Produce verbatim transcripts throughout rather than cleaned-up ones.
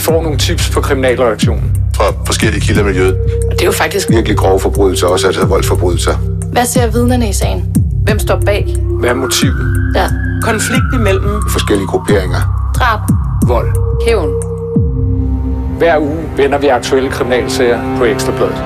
får nogle tips på kriminalreaktionen fra forskellige kilder i miljøet. Og det er jo faktisk virkelig grove forbrydelser, også altså voldsforbrydelser. Hvad ser vidnerne i sagen? Hvem står bag? Hvad er motivet? Ja. Konflikt imellem forskellige grupperinger. Drab. Vold. Hævn. Hver uge vender vi aktuelle kriminalsager på Ekstra Bladet.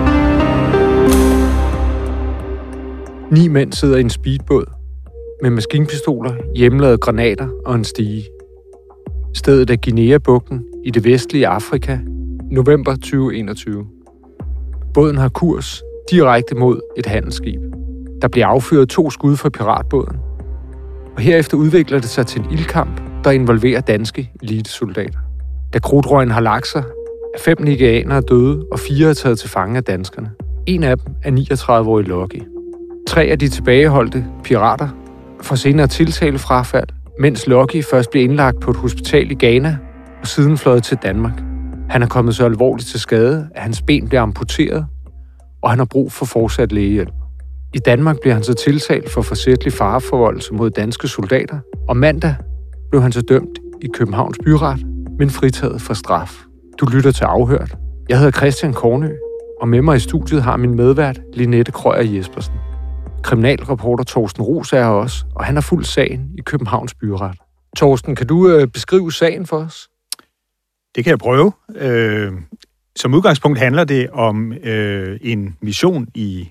Ni mænd sidder i en speedbåd med maskinpistoler, hjemmelavede granater og en stige. Stedet er Guinea-bugten i det vestlige Afrika, november tyve enogtyve. Båden har kurs direkte mod et handelsskib. Der bliver affyret to skud fra piratbåden, og herefter udvikler det sig til en ildkamp, der involverer danske elitesoldater. Da krudtrøgen har lagt sig, er fem nigerianere døde, og fire er taget til fange af danskerne. En af dem er niogtredive-årig Lucky. Tre af de tilbageholdte pirater får senere tiltalefrafald, mens Lucky først bliver indlagt på et hospital i Ghana og siden fløjet til Danmark. Han er kommet så alvorligt til skade, at hans ben bliver amputeret, og han har brug for fortsat lægehjælp. I Danmark bliver han så tiltalt for forsætlig fareforvoldelse mod danske soldater, og mandag blev han så dømt i Københavns Byret, men fritaget for straf. Du lytter til Afhørt. Jeg hedder Christian Kornø, og med mig i studiet har min medvært Linette Krøyer Jespersen. Kriminalreporter Torsten Roos er her også, og han har fulgt sagen i Københavns Byret. Torsten, kan du øh, beskrive sagen for os? Det kan jeg prøve. Øh, som udgangspunkt handler det om øh, en mission i,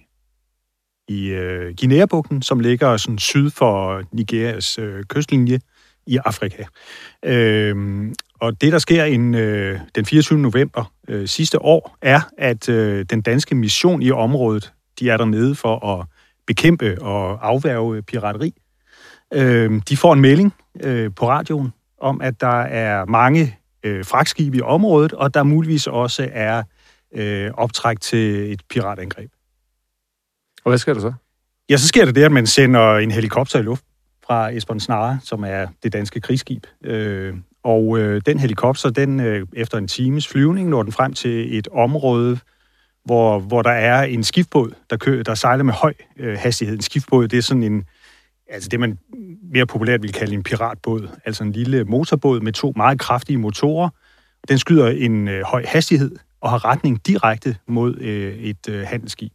i øh, Guinea-bugten, som ligger sådan syd for Nigerias øh, kystlinje i Afrika. Øh, og det, der sker en, øh, den fireogtyvende november øh, sidste år, er, at øh, den danske mission i området, de er dernede for at bekæmpe og afværge pirateri. Øh, de får en melding øh, på radioen om, at der er mange øh, fragtskibe i området, og der muligvis også er øh, optræk til et piratangreb. Og hvad sker der så? Ja, så sker det det, at man sender en helikopter i luft fra Esbern Snare, som er det danske krigsskib. Øh, og øh, den helikopter, den øh, efter en times flyvning, når den frem til et område, hvor, hvor der er en skibsbåd, der, kø, der sejler med høj øh, hastighed. En skibsbåd, det er sådan en, altså det man mere populært vil kalde en piratbåd, altså en lille motorbåd med to meget kraftige motorer. Den skyder en øh, høj hastighed og har retning direkte mod øh, et øh, handelsskib.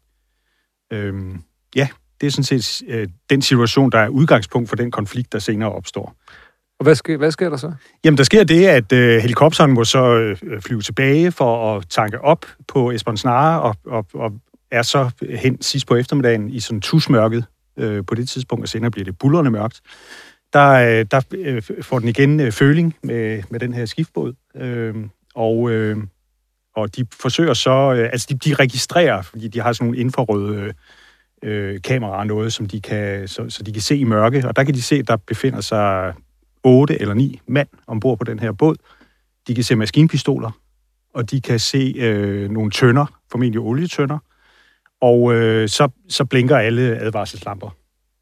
Øhm, ja, det er sådan set øh, den situation, der er udgangspunkt for den konflikt, der senere opstår. Og hvad sker, hvad sker der så? Jamen, der sker det, at øh, helikopteren må så øh, flyve tilbage for at tanke op på Esbern Snare, og, og, og er så hen sidst på eftermiddagen i sådan tusmørket øh, på det tidspunkt, og senere bliver det buldrende mørkt. Der, øh, der øh, får den igen øh, føling med, med den her skibsbåd, øh, og, øh, og de forsøger så, øh, altså de, de registrerer, fordi de har sådan nogle infrarøde øh, kameraer, noget, som de kan, så, så de kan se i mørke, og der kan de se, at der befinder sig otte eller ni mand ombord på den her båd. De kan se maskinpistoler, og de kan se øh, nogle tønder, formentlig olietønder, og øh, så, så blinker alle advarselslamper.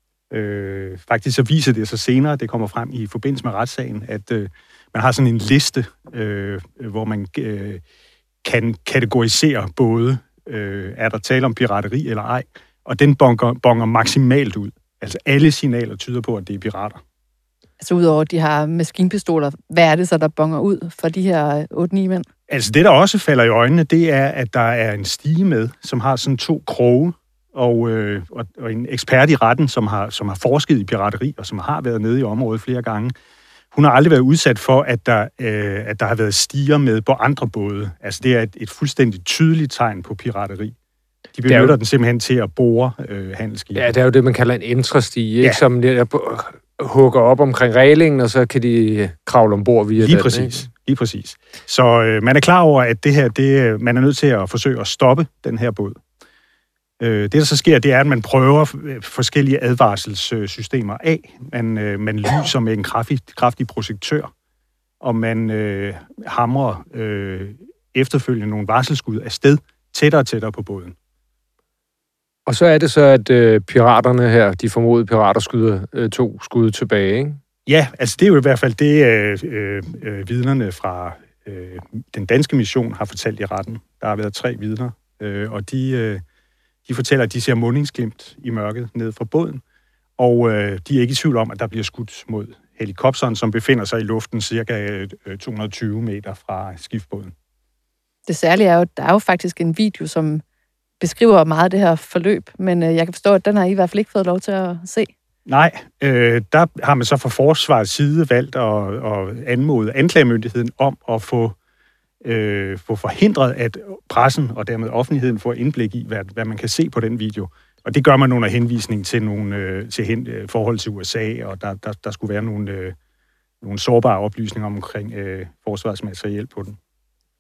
Øh, faktisk så viser det sig senere, det kommer frem i forbindelse med retssagen, at øh, man har sådan en liste, øh, hvor man øh, kan kategorisere både, øh, er der tale om pirateri eller ej, og den bonger, bonger maksimalt ud. Altså alle signaler tyder på, at det er pirater. Altså udover de har maskinpistoler, hvad er det så, der bonger ud for de her otte ni mænd? Altså det, der også falder i øjnene, det er, at der er en stige med, som har sådan to kroge, og, øh, og, og en ekspert i retten, som har, som har forsket i pirateri, og som har været nede i området flere gange. Hun har aldrig været udsat for, at der, øh, at der har været stiger med på andre både. Altså det er et, et fuldstændig tydeligt tegn på pirateri. De benytter jo den simpelthen til at bore øh, handelsskibe. Ja, det er jo det, man kalder en intrastige, ja. Ikke? Som hugger op omkring reglingen, og så kan de kravle ombord via Lige den. præcis. Ikke? Lige præcis. Så øh, man er klar over, at det her, det, man er nødt til at forsøge at stoppe den her båd. Øh, det, der så sker, det er, at man prøver forskellige advarselssystemer af. Man, øh, man lyser med en kraftig, kraftig projektør, og man øh, hamrer øh, efterfølgende nogle varselsskud afsted tættere og tættere på båden. Og så er det så, at øh, piraterne her, de formodede pirater, skyder øh, to skud tilbage, ikke? Ja, altså det er jo i hvert fald det, øh, øh, vidnerne fra øh, den danske mission har fortalt i retten. Der har været tre vidner, øh, og de, øh, de fortæller, at de ser mundingsglimt i mørket ned fra båden, og øh, de er ikke i tvivl om, at der bliver skudt mod helikopteren, som befinder sig i luften cirka to hundrede og tyve meter fra skibsbåden. Det særlige er jo, at der er jo faktisk en video, som beskriver meget af det her forløb, men øh, jeg kan forstå, at den har I i hvert fald ikke fået lov til at se. Nej, øh, der har man så fra forsvarets side valgt at, at anmode anklagemyndigheden om at få, øh, få forhindret, at pressen og dermed offentligheden får indblik i, hvad, hvad man kan se på den video. Og det gør man under henvisning til nogle øh, til hen, øh, forhold til U S A, og der, der, der skulle være nogle, øh, nogle sårbare oplysninger omkring øh, forsvarsmateriel på den.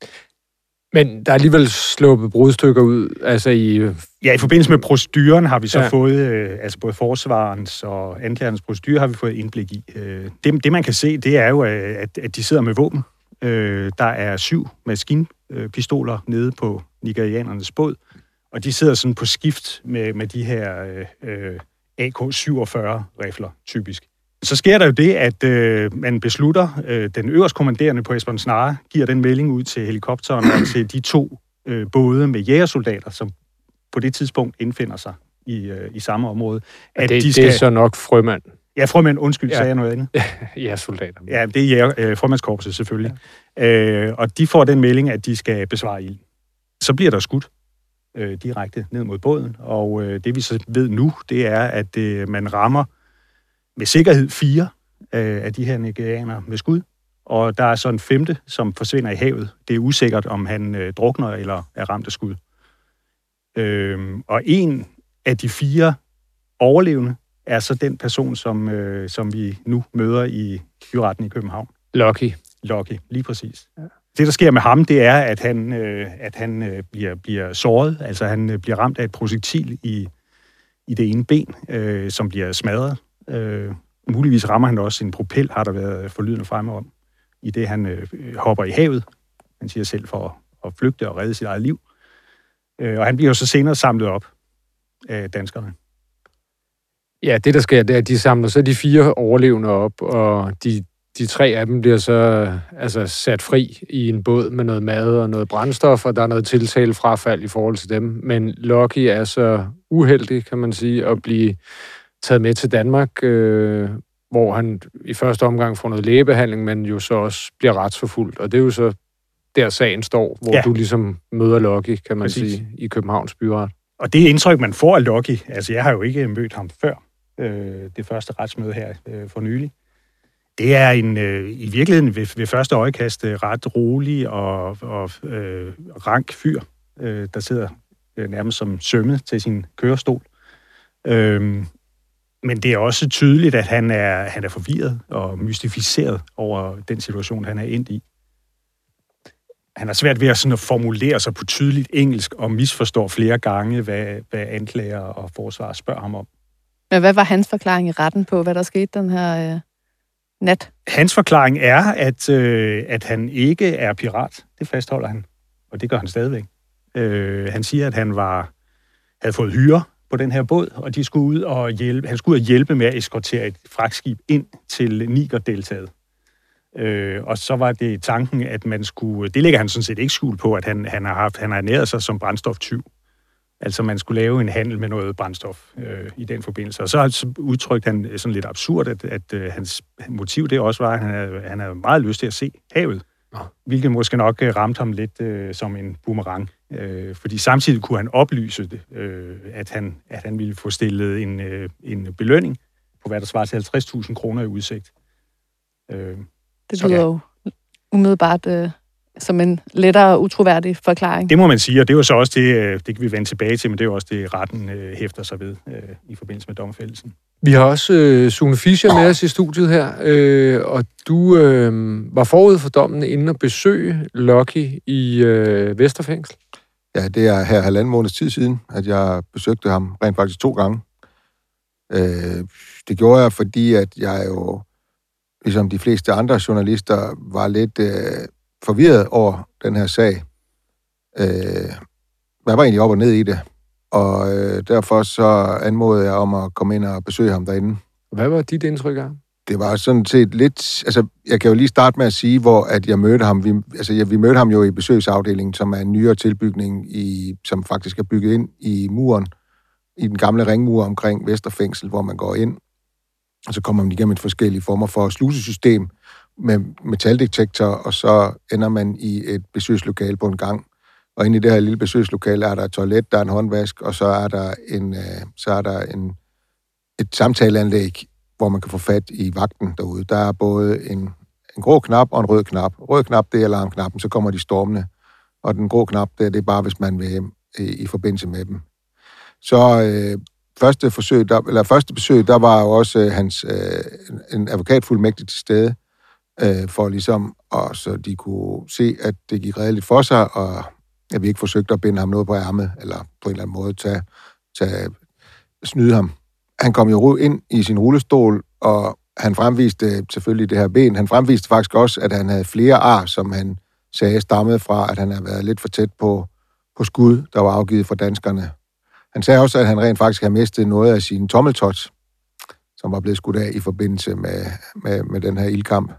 Men der er alligevel sluppet brudstykker ud, altså i... Ja, i forbindelse med proceduren har vi så ja. fået, øh, altså både forsvarens og anklagerens procedure har vi fået indblik i. Øh, det, det man kan se, det er jo, at, at de sidder med våben. Øh, der er syv maskinpistoler nede på nigerianernes båd, og de sidder sådan på skift med, med de her øh, A K syvogfyrre-rifler, typisk. Så sker der jo det, at øh, man beslutter, øh, den øverst kommanderende på Esbern Snare giver den melding ud til helikopteren og til de to øh, både med jægersoldater, som på det tidspunkt indfinder sig i, øh, i samme område. At det, de skal... det er så nok frømand. Ja, frømand, undskyld, ja. sagde jeg noget andet? Ja, soldater. Ja, det er jæger, øh, frømandskorpset selvfølgelig. Ja. Øh, og de får den melding, at de skal besvare ild. Så bliver der skudt øh, direkte ned mod båden, og øh, det vi så ved nu, det er, at øh, man rammer med sikkerhed fire øh, af de her nigerianere med skud, og der er så en femte, som forsvinder i havet. Det er usikkert, om han øh, drukner eller er ramt af skud. Øh, og en af de fire overlevende er så den person, som, øh, som vi nu møder i byretten i København. Lucky. Lucky, lige præcis. Ja. Det, der sker med ham, det er, at han, øh, at han øh, bliver, bliver såret, altså han øh, bliver ramt af et projektil i, i det ene ben, øh, som bliver smadret. Øh, muligvis rammer han også en propel, har der været forlydende fremme om, i det han øh, hopper i havet. Han siger selv for at, at flygte og redde sit eget liv. Øh, og han bliver jo så senere samlet op af danskerne. Ja, det der sker, det er, at de samler så de fire overlevende op, og de, de tre af dem bliver så altså, sat fri i en båd med noget mad og noget brændstof, og der er noget tiltalefrafald i forhold til dem. Men Lucky er så uheldig, kan man sige, at blive taget med til Danmark, øh, hvor han i første omgang får noget lægebehandling, men jo så også bliver retsforfulgt. Og det er jo så der sagen står, hvor ja. du ligesom møder Lucky, kan man Præcis. sige, i Københavns byret. Og det indtryk, man får af Lucky, altså jeg har jo ikke mødt ham før, øh, det første retsmøde her øh, for nylig, det er en øh, i virkeligheden ved, ved første øjekast ret rolig og, og øh, rank fyr, øh, der sidder øh, nærmest som sømmet til sin kørestol. Øh, Men det er også tydeligt, at han er, han er forvirret og mystificeret over den situation, han er endt i. Han har svært ved at, sådan at formulere sig på tydeligt engelsk og misforstår flere gange, hvad, hvad anklager og forsvar spørger ham om. Men hvad var hans forklaring i retten på, hvad der skete den her øh, nat? Hans forklaring er, at, øh, at han ikke er pirat. Det fastholder han, og det gør han stadigvæk. Øh, han siger, at han var, havde fået hyre på den her båd, og de skulle ud og hjælpe, han skulle ud og hjælpe med at eskortere et fragtskib ind til Niger-deltaet. Øh, og så var det tanken, at man skulle, det lægger han sådan set ikke skjul på, at han, han har haft, han har ernæret sig som brændstoftyv. Altså man skulle lave en handel med noget brændstof øh, i den forbindelse. Og så, så udtrykte han sådan lidt absurd, at, at, at hans motiv det også var, at han havde, han havde meget lyst til at se havet. Ja. Hvilket måske nok ramte ham lidt øh, som en boomerang. Øh, fordi samtidig kunne han oplyse det, øh, at, han, at han ville få stillet en, øh, en belønning på, hvad der svarer til halvtreds tusind kroner i udsigt. Øh, det lyder jo ja. umiddelbart øh, som en lettere utroværdig forklaring. Det må man sige, og det er jo så også det, det kan vi vende tilbage til, men det er jo også det, retten øh, hæfter sig ved øh, i forbindelse med domfældelsen. Vi har også øh, Sune Fischer med os i studiet her, øh, og du øh, var forud for dommen inde og besøge Lucky i øh, Vesterfængsel. Ja, det er her halvanden måneds tid siden, at jeg besøgte ham rent faktisk to gange. Øh, det gjorde jeg, fordi at jeg jo, ligesom de fleste andre journalister, var lidt øh, forvirret over den her sag. Øh, jeg var egentlig op og ned i det, og øh, derfor så anmodede jeg om at komme ind og besøge ham derinde. Hvad var dit indtryk af ham? Det var sådan set lidt... Altså, jeg kan jo lige starte med at sige, hvor at jeg mødte ham. Vi, altså, ja, vi mødte ham jo i besøgsafdelingen, som er en nyere tilbygning, i, som faktisk er bygget ind i muren, i den gamle ringmur omkring Vesterfængsel, hvor man går ind. og så kommer man igennem et forskellige former for slusesystem med metaldetektor, og så ender man i et besøgslokale på en gang. Og inde i det her lille besøgslokale er der et toilet, der er en håndvask, og så er der, en, øh, så er der en, et samtaleanlæg, hvor man kan få fat i vagten derude. Der er både en, en grå knap og en rød knap. Rød knap, det er alarmknappen, så kommer de stormende. Og den grå knap, det er, det er bare, hvis man vil hjem i, i forbindelse med dem. Så øh, første, forsøg, der, eller første besøg, der var jo også øh, hans, øh, en advokatfuldmægtig til stede, øh, for ligesom, og så de kunne se, at det gik redeligt for sig, og at vi ikke forsøgte at binde ham noget på ærmet, eller på en eller anden måde tage, tage, snyde ham. Han kom jo ind i sin rullestol, og han fremviste selvfølgelig det her ben. Han fremviste faktisk også, at han havde flere ar, som han sagde stammede fra, at han havde været lidt for tæt på, på skud, der var afgivet fra danskerne. Han sagde også, at han rent faktisk havde mistet noget af sin tommeltot, som var blevet skudt af i forbindelse med, med, med den her ildkamp.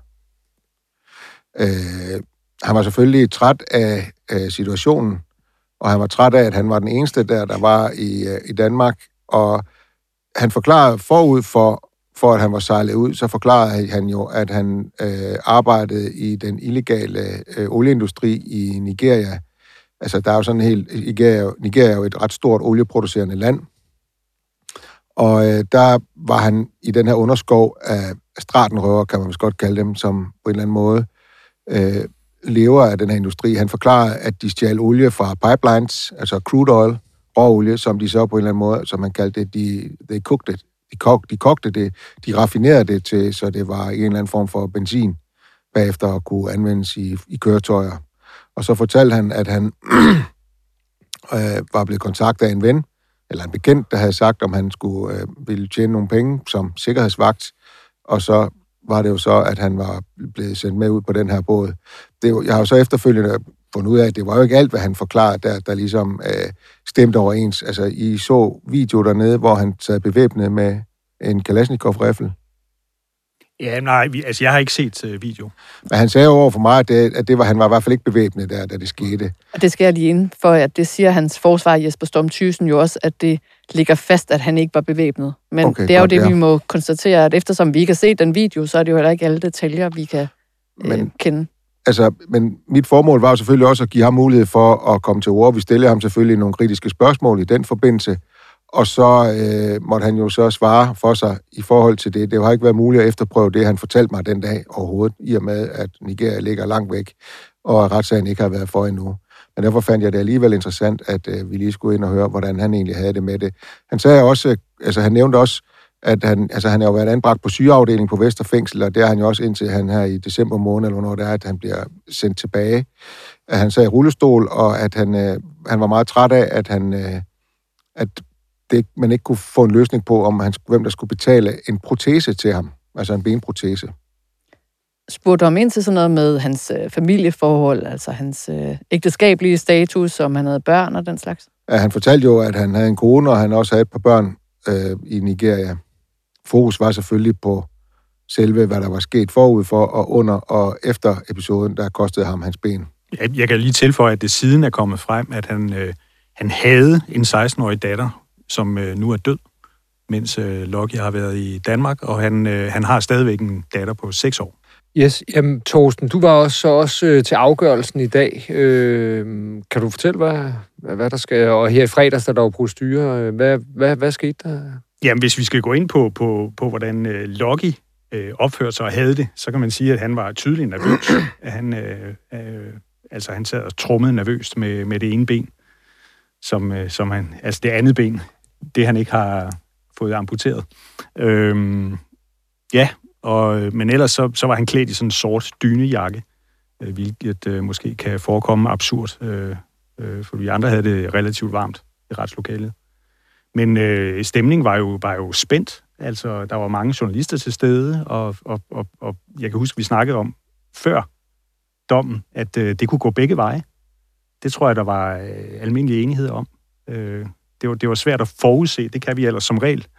Øh, han var selvfølgelig træt af, af situationen, og han var træt af, at han var den eneste der, der var i, i Danmark, og han forklarede forud for, for, at han var sejlet ud, så forklarede han jo, at han øh, arbejdede i den illegale øh, olieindustri i Nigeria. Altså, der er jo sådan helt... Nigeria, Nigeria er jo et ret stort olieproducerende land. Og øh, der var han i den her underskov af stratenrøver, kan man måske godt kalde dem, som på en eller anden måde øh, lever af den her industri. Han forklarede, at de stjal olie fra pipelines, altså crude oil, råolie, som de så på en eller anden måde, som man kaldte det, de, de kogte det. De, kog, de kogte det, de raffinerede det til, så det var en eller anden form for benzin, bagefter at kunne anvendes i, i køretøjer. Og så fortalte han, at han øh, var blevet kontaktet af en ven, eller en bekendt, der havde sagt, om han skulle øh, ville tjene nogle penge som sikkerhedsvagt, og så var det jo så, at han var blevet sendt med ud på den her båd. Det jo, jeg har jo så efterfølgende fundet ud af, at det var jo ikke alt, hvad han forklarede, der, der ligesom øh, stemte overens. Altså, I så video dernede, hvor han sad bevæbnet med en Kalashnikov-riffel. Ja, nej, vi, altså jeg har ikke set uh, video. Men han sagde jo over for mig, at, det, at det var, han var i hvert fald ikke bevæbnet der, da det skete. Og det skal jeg lige ind for, at det siger hans forsvar Jesper Storm Thyssen jo også, at det ligger fast, at han ikke var bevæbnet. Men okay, det er godt, jo det, ja. Vi må konstatere, at eftersom vi ikke har set den video, så er det jo heller ikke alle detaljer, vi kan men, øh, kende. Altså, men mit formål var jo selvfølgelig også at give ham mulighed for at komme til ord. Vi stillede ham selvfølgelig nogle kritiske spørgsmål i den forbindelse, og så øh, måtte han jo så svare for sig i forhold til det. Det har ikke været muligt at efterprøve det, han fortalte mig den dag overhovedet, i og med, at Nigeria ligger langt væk, og at retssagen ikke har været for endnu. Men derfor fandt jeg det alligevel interessant, at øh, vi lige skulle ind og høre, hvordan han egentlig havde det med det. Han sagde også, altså han nævnte også, at han, altså han har jo været anbragt på sygeafdeling på Vesterfængsel, og der er han jo også indtil han her i december måned, eller hvornår det er, at han bliver sendt tilbage. At han sad i rullestol, og at han, øh, han var meget træt af, at han... Øh, at det, man ikke kunne få en løsning på, om han, hvem der skulle betale en protese til ham, altså en benprotese. Spurgte ham ind til sådan noget med hans øh, familieforhold, altså hans øh, ægteskabelige status, om han havde børn og den slags? Ja, han fortalte jo, at han havde en kone, og han også havde et par børn øh, i Nigeria. Fokus var selvfølgelig på selve, hvad der var sket forud for og under og efter episoden, der kostede ham hans ben. Jeg, jeg kan lige tilføje, at det siden er kommet frem, at han, øh, han havde en seksten-årig datter, som øh, nu er død, mens øh, Lucky har været i Danmark, og han, øh, han har stadigvæk en datter på seks år. Yes, jamen Torsten, du var også, også øh, til afgørelsen i dag. Øh, kan du fortælle, hvad, hvad, hvad der skal... Og her i fredags, der er jo procedurer. Hvad, hvad, hvad skete der? Jamen, hvis vi skal gå ind på, på, på hvordan øh, Lucky øh, opførte sig og havde det, så kan man sige, at han var tydeligt nervøs. At han, øh, øh, altså, han sad og trummede nervøst med, med det ene ben, som, øh, som han... Altså, det andet ben, det han ikke har fået amputeret. Øhm, ja, og, men ellers så, så var han klædt i sådan en sort dynejakke, øh, hvilket øh, måske kan forekomme absurd, øh, øh, for vi andre havde det relativt varmt i retslokalet. Men øh, stemningen var jo, var jo spændt. Altså, der var mange journalister til stede, og, og, og, og jeg kan huske, vi snakkede om før dommen, at øh, det kunne gå begge veje. Det tror jeg, der var øh, almindelig enighed om. Øh, det, var, det var svært at forudse. Det kan vi ellers som regel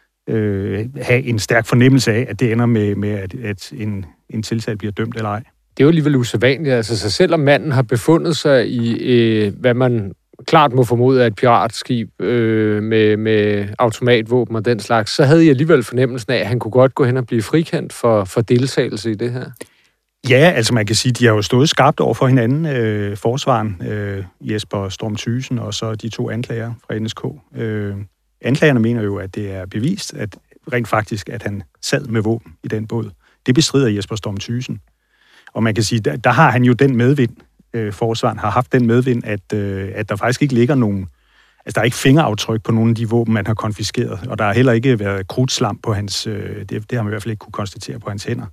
øh, have en stærk fornemmelse af, at det ender med, med at, at en, en tiltalt bliver dømt eller ej. Det er jo alligevel usædvanligt. Altså, så selvom manden har befundet sig i, øh, hvad man klart må formode af et piratskib øh, med, med automatvåben og den slags, så havde I alligevel fornemmelsen af, at han kunne godt gå hen og blive frikendt for, for deltagelse i det her? Ja, altså man kan sige, de har jo stået skarpt over for hinanden, øh, forsvaren, øh, Jesper Storm Thygesen og så de to anklager fra N S K. Øh, anklagerne mener jo, at det er bevist, at rent faktisk, at han sad med våben i den båd. Det bestrider Jesper Storm Thygesen. Og man kan sige, der, der har han jo den medvind, øh, forsvaren har haft den medvind, at, øh, at der faktisk ikke ligger nogen, altså der er ikke fingeraftryk på nogle af de våben, man har konfiskeret, og der har heller ikke været krudtslam på hans, øh, det, det har man i hvert fald ikke kunne konstatere på hans hænder.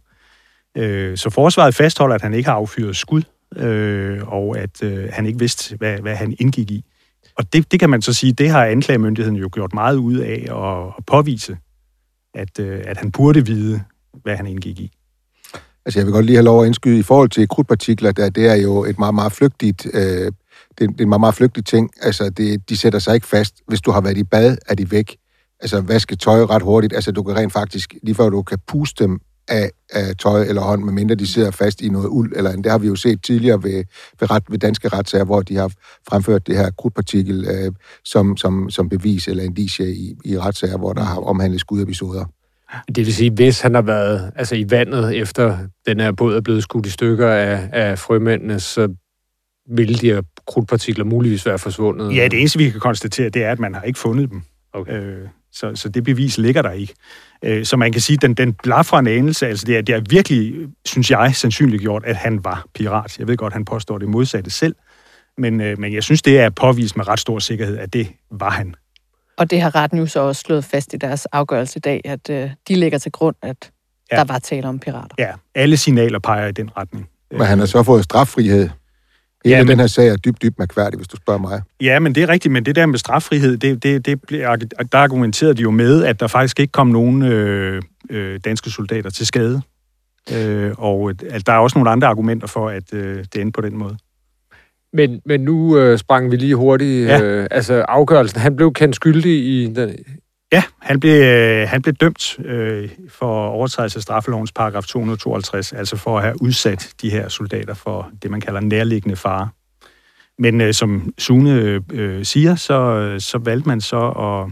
Øh, så forsvaret fastholder, at han ikke har affyret skud, øh, og at øh, han ikke vidste, hvad, hvad han indgik i. Og det, det kan man så sige, det har anklagemyndigheden jo gjort meget ud af at, at påvise, at, øh, at han burde vide, hvad han indgik i. Altså, jeg vil godt lige have lov at indskyde i forhold til krudtpartikler, der det er jo et meget, meget flygtigt, øh, det, det er en meget, meget flygtig ting. Altså, det, de sætter sig ikke fast. Hvis du har været i bad, er de væk. Altså, vaske tøj ret hurtigt. Altså, du kan rent faktisk, lige før du kan puste dem af, af tøj eller hånd, medmindre de sidder fast i noget uld, eller det har vi jo set tidligere ved, ved, ret, ved danske retssager, hvor de har fremført det her krudtpartikel øh, som, som, som bevis eller indicie i, i retssager, hvor der har omhandlet skudepisoder. Det vil sige, hvis han har været altså i vandet, efter den her båd er blevet skudt i stykker af, af frømændene, så vil de her krudtpartikler muligvis være forsvundet? Ja, det eneste, vi kan konstatere, det er, at man har ikke fundet dem. Okay. Øh, så, så det bevis ligger der ikke. Øh, så man kan sige, at den, den blaffer en anelse, altså det er, det er virkelig, synes jeg, sandsynligt gjort, at han var pirat. Jeg ved godt, han påstår det modsatte selv, men, øh, men jeg synes, det er påvist med ret stor sikkerhed, at det var han. Og det har retten jo så også slået fast i deres afgørelse i dag, at øh, de lægger til grund, at ja. der var tale om pirater. Ja, alle signaler peger i den retning. Men han har så fået straffrihed. Hele ja, men, den her sag er dybt, dybt mærkværdig, hvis du spørger mig. Ja, men det er rigtigt, men det der med straffrihed, det, det, det, der argumenterede de jo med, at der faktisk ikke kom nogen øh, øh, danske soldater til skade. Øh, og at der er også nogle andre argumenter for, at øh, det endte på den måde. Men, men nu øh, sprang vi lige hurtigt. Ja. Øh, altså afgørelsen, han blev kendt skyldig i den... Ja, han blev, øh, han blev dømt øh, for overtrædelse af straffelovens paragraf to hundrede og tooghalvtreds, altså for at have udsat de her soldater for det, man kalder nærliggende fare. Men øh, som Sune øh, siger, så, så valgte man så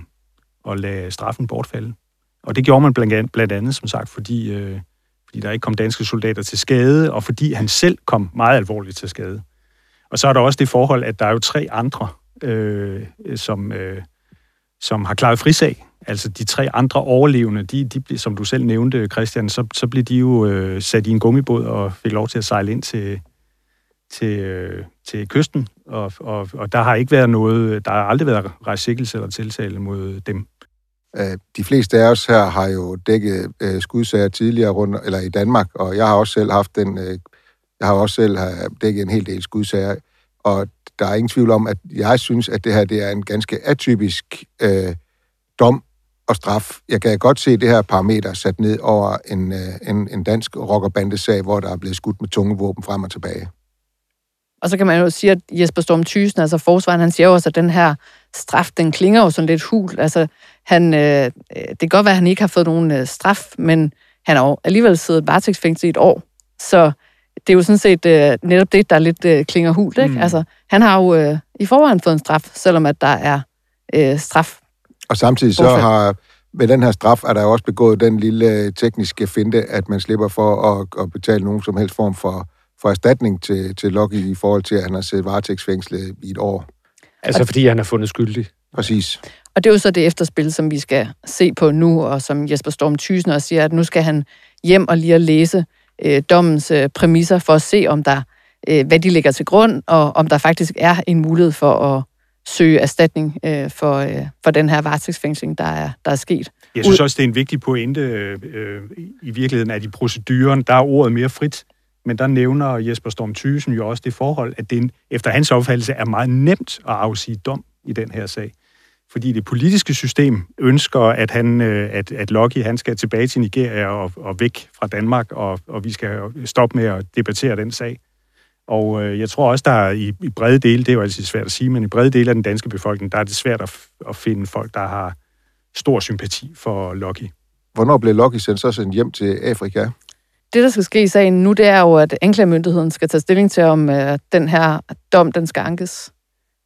at, at lade straffen bortfalde. Og det gjorde man blandt andet, blandt andet som sagt, fordi, øh, fordi der ikke kom danske soldater til skade, og fordi han selv kom meget alvorligt til skade. Og så er der også det forhold, at der er jo tre andre, øh, som, øh, som har klaret frisag. Altså de tre andre overlevende, de, de, som du selv nævnte, Christian, så, så blev de jo øh, sat i en gummibåd og fik lov til at sejle ind til, til, øh, til kysten. Og, og, og der har ikke været noget, der har aldrig været rejst sigtelse eller tiltale mod dem. De fleste af os her har jo dækket øh, skudsager tidligere rundt, eller i Danmark, og jeg har også selv haft den... Øh, Jeg har også selv dækket en hel del skudsager, og der er ingen tvivl om, at jeg synes, at det her det er en ganske atypisk øh, dom og straf. Jeg kan godt se det her parameter sat ned over en, øh, en, en dansk rockerbandesag, hvor der er blevet skudt med tunge våben frem og tilbage. Og så kan man jo sige, at Jesper Storm Thygesen, altså forsvaren, han siger jo også, at den her straf, den klinger jo sådan lidt hul. Altså, han, øh, det kan godt være, at han ikke har fået nogen øh, straf, men han har jo alligevel siddet varetægtsfængsel i et år, så det er jo sådan set øh, netop det, der lidt øh, klinger hult, ikke? Mm. Altså, han har jo øh, i forvejen fået en straf, selvom at der er øh, straf. Og samtidig så har, med den her straf, er der jo også begået den lille tekniske finte, at man slipper for at, at betale nogen som helst form for, for erstatning til, til Lucky i forhold til, at han har siddet varetægtsfængslet i et år. Altså fordi han har fundet skyldig. Præcis. Og det er jo så det efterspil, som vi skal se på nu, og som Jesper Storm Thygesen også siger, at nu skal han hjem og lige at læse øh, dommens øh, præmisser for at se, om der, øh, hvad de ligger til grund, og om der faktisk er en mulighed for at søge erstatning øh, for, øh, for den her varetægtsfængsling, der er, der er sket. Jeg synes også, det er en vigtig pointe øh, i virkeligheden, at i proceduren, der er ordet mere frit, men der nævner Jesper Storm Thygesen jo også det forhold, at det efter hans opfattelse er meget nemt at afsige dom i den her sag. Fordi det politiske system ønsker, at, han, at, at Lucky han skal tilbage til Nigeria og, og væk fra Danmark, og, og vi skal stoppe med at debattere den sag. Og øh, jeg tror også, der er i, i brede dele, det er jo altid svært at sige, men i brede dele af den danske befolkning, der er det svært at, at finde folk, der har stor sympati for Lucky. Hvornår blev Lucky sendt så sendt hjem til Afrika? Det, der skal ske i sagen nu, det er jo, at anklagemyndigheden skal tage stilling til, om øh, den her dom, den skal ankes.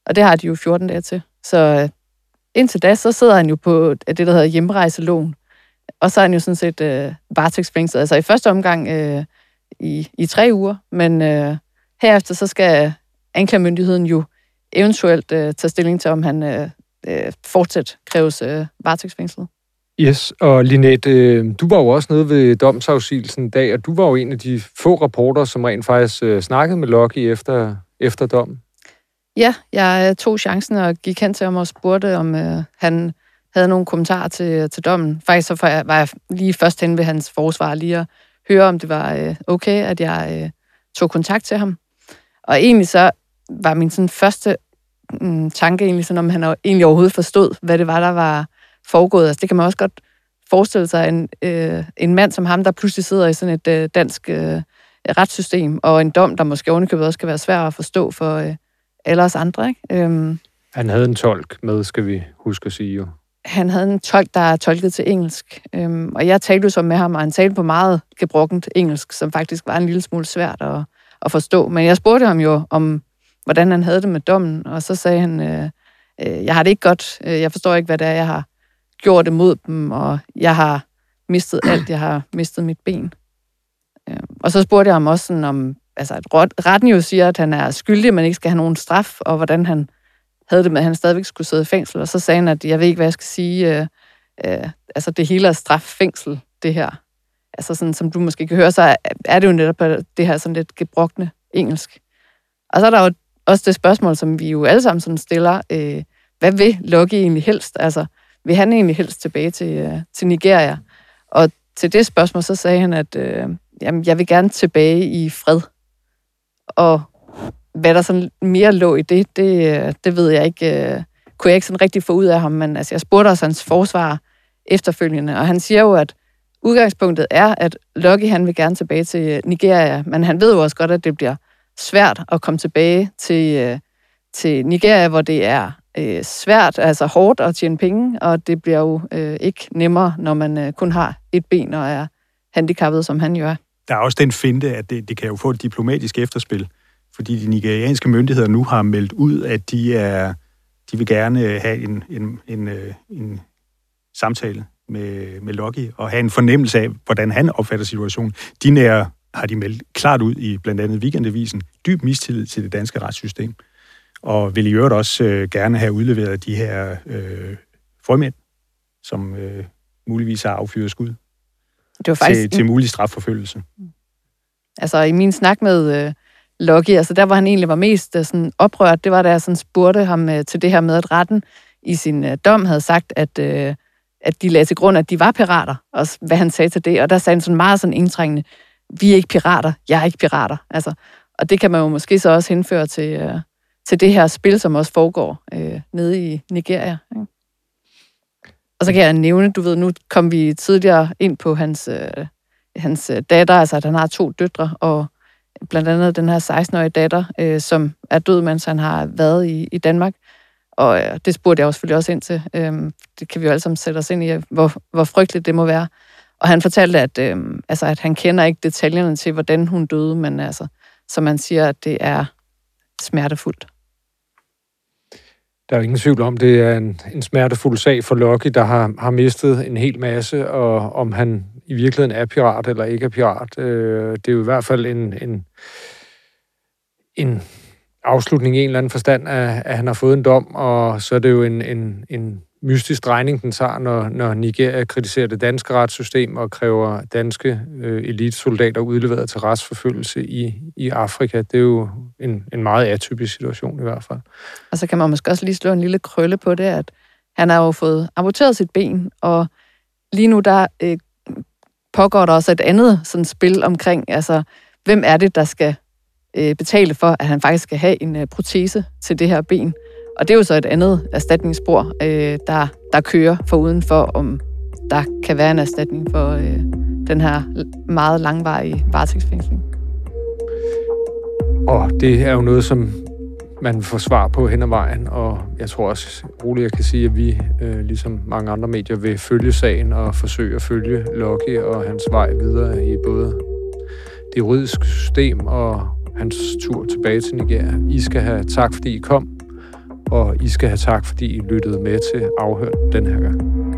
Og det har de jo fjorten dage til. Så øh, indtil da, så sidder han jo på det, der hedder hjemrejselån. Og så er han jo sådan set øh, varetægtsfængslet. Altså i første omgang øh, i, i tre uger, men øh, herefter så skal anklagemyndigheden jo eventuelt øh, tage stilling til, om han øh, øh, fortsat kræves øh, varetægtsfængslet. Yes, og Linette, øh, du var jo også nede ved domsafsigelsen i dag, og du var jo en af de få rapporter, som rent faktisk øh, snakkede med Lucky efter, efter dommen. Ja, jeg tog chancen og gik hen til ham og spurgte, om øh, han havde nogle kommentarer til, til dommen. Faktisk så var jeg lige først hen ved hans forsvar lige at høre, om det var øh, okay, at jeg øh, tog kontakt til ham. Og egentlig så var min sådan første mm, tanke egentlig sådan, om han egentlig overhovedet forstod, hvad det var, der var foregået. Altså det kan man også godt forestille sig, en, øh, en mand som ham, der pludselig sidder i sådan et øh, dansk øh, retssystem, og en dom, der måske ovenikøbet også kan være svær at forstå for øh, alle os andre. Ikke? Øhm, han havde en tolk med, skal vi huske at sige jo. Han havde en tolk, der er tolket til engelsk, øhm, og jeg talte jo så med ham, og han talte på meget gebrokkent engelsk, som faktisk var en lille smule svært at, at forstå. Men jeg spurgte ham jo om, hvordan han havde det med dommen, og så sagde han, øh, øh, jeg har det ikke godt, jeg forstår ikke, hvad det er, jeg har gjort imod dem, og jeg har mistet alt, jeg har mistet mit ben. Øh, og så spurgte jeg ham også sådan om, altså at retten jo siger, at han er skyldig, men ikke skal have nogen straf, og hvordan han havde det med, at han stadigvæk skulle sidde i fængsel, og så sagde han, at jeg ved ikke, hvad jeg skal sige, øh, øh, altså det hele er straffængsel, det her. Altså sådan, som du måske kan høre, så er det jo netop det her sådan lidt gebrokne engelsk. Og så er der jo også det spørgsmål, som vi jo alle sammen sådan stiller, øh, hvad vil Lucky egentlig helst? Altså, vil han egentlig helst tilbage til, øh, til Nigeria? Og til det spørgsmål, så sagde han, at øh, jamen, jeg vil gerne tilbage i fred. Og hvad der sådan mere lå i det, det, det ved jeg ikke, øh, kunne jeg ikke sådan rigtig få ud af ham, men altså, jeg spurgte også hans forsvar efterfølgende, og han siger jo, at udgangspunktet er, at Lucky, han vil gerne tilbage til Nigeria, men han ved jo også godt, at det bliver svært at komme tilbage til, øh, til Nigeria, hvor det er øh, svært, altså hårdt at tjene penge, og det bliver jo øh, ikke nemmere, når man øh, kun har et ben og er handicappet, som han jo er. Der er også den finte, at det, det kan jo få et diplomatisk efterspil, fordi de nigerianske myndigheder nu har meldt ud, at de er de vil gerne have en, en, en, en samtale med, med Lucky, og have en fornemmelse af, hvordan han opfatter situationen. De nære har de meldt klart ud i blandt andet Weekendavisen, dyb mistillid til det danske retssystem, og vil i øvrigt også øh, gerne have udleveret de her øh, frømænd, som øh, muligvis har affyret skud det var faktisk til, til mulig strafforfølgelse. Altså i min snak med øh, Lucky, altså der, hvor han egentlig var mest øh, sådan oprørt, det var, da jeg sådan spurgte ham øh, til det her med, at retten i sin øh, dom havde sagt, at, øh, at de lagde til grund, at de var pirater, og hvad han sagde til det, og der sagde han sådan meget sådan indtrængende, vi er ikke pirater, jeg er ikke pirater. Altså, og det kan man jo måske så også henføre til, øh, til det her spil, som også foregår øh, nede i Nigeria. Ikke? Og så kan jeg nævne, du ved, nu kom vi tidligere ind på hans, øh, hans datter, altså at han har to døtre, og blandt andet den her seksten-årige datter, øh, som er død, mens han har været i, i Danmark. Og øh, det spurgte jeg jo selvfølgelig også ind til. Øh, det kan vi jo alle sammen sætte os ind i, hvor, hvor frygteligt det må være. Og han fortalte, at, øh, altså, at han kender ikke detaljerne til, hvordan hun døde, men altså, som man siger, at det er smertefuldt. Der er jo ingen tvivl om, det er en, en smertefuld sag for Lucky, der har, har mistet en hel masse, og om han i virkeligheden er pirat eller ikke er pirat. Øh, det er jo i hvert fald en, en, en afslutning i en eller anden forstand, at, at han har fået en dom, og så er det jo en, en, en mystisk drejning, den tager, når, når Nigeria kritiserer det danske retssystem og kræver danske øh, elitesoldater udleveret til retsforfølgelse i, i Afrika. Det er jo en, en meget atypisk situation i hvert fald. Og så kan man måske også lige slå en lille krølle på det, at han har jo fået amputeret sit ben, og lige nu der øh, pågår der også et andet sådan spil omkring, altså hvem er det, der skal øh, betale for, at han faktisk skal have en øh, protese til det her ben. Og det er jo så et andet erstatningsspor, øh, der, der kører for udenfor, om der kan være en erstatning for øh, den her meget langvarige varetægtsfængsling. Og det er jo noget, som man får svar på hen ad vejen, og jeg tror også roligt, jeg kan sige, at vi, øh, ligesom mange andre medier, vil følge sagen og forsøge at følge Lucky og hans vej videre i både det juridiske system og hans tur tilbage til Nigeria. I skal have tak, fordi I kom. og I skal have tak, fordi I lyttede med til Afhørt den her gang.